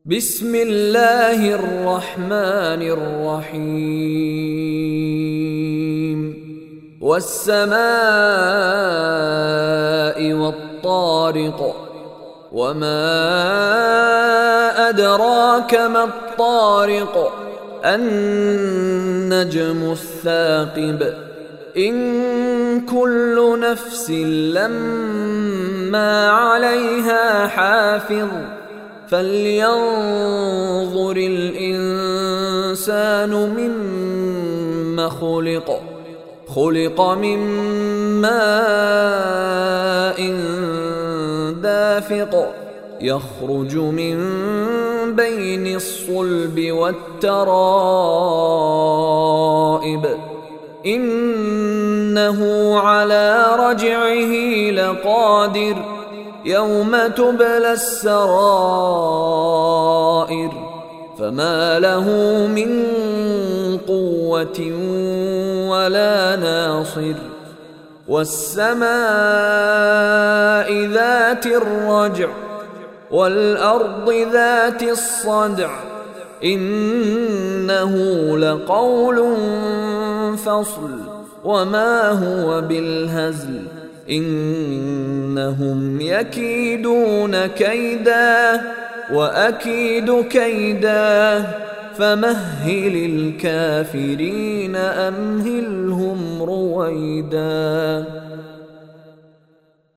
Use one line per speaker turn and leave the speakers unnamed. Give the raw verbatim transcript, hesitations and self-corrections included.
بسم الله الرحمن الرحيم والسماء والطارق وما أدراك ما الطارق النجم الثاقب إن كل نفس لما عليها حافظ فلينظر الإنسان مما خلق خلق من ماء دافق يخرج من بين الصلب والترائب إنه على رجعه لقادر يوم تبلى السرائر فما له من قوة ولا ناصر والسماء ذات الرجع والأرض ذات الصدع إنه لقول فصل وما هو بالهزل إنهم يكيدون كيدا وأكيد كيدا فمهل الكافرين أمهلهم رويدا.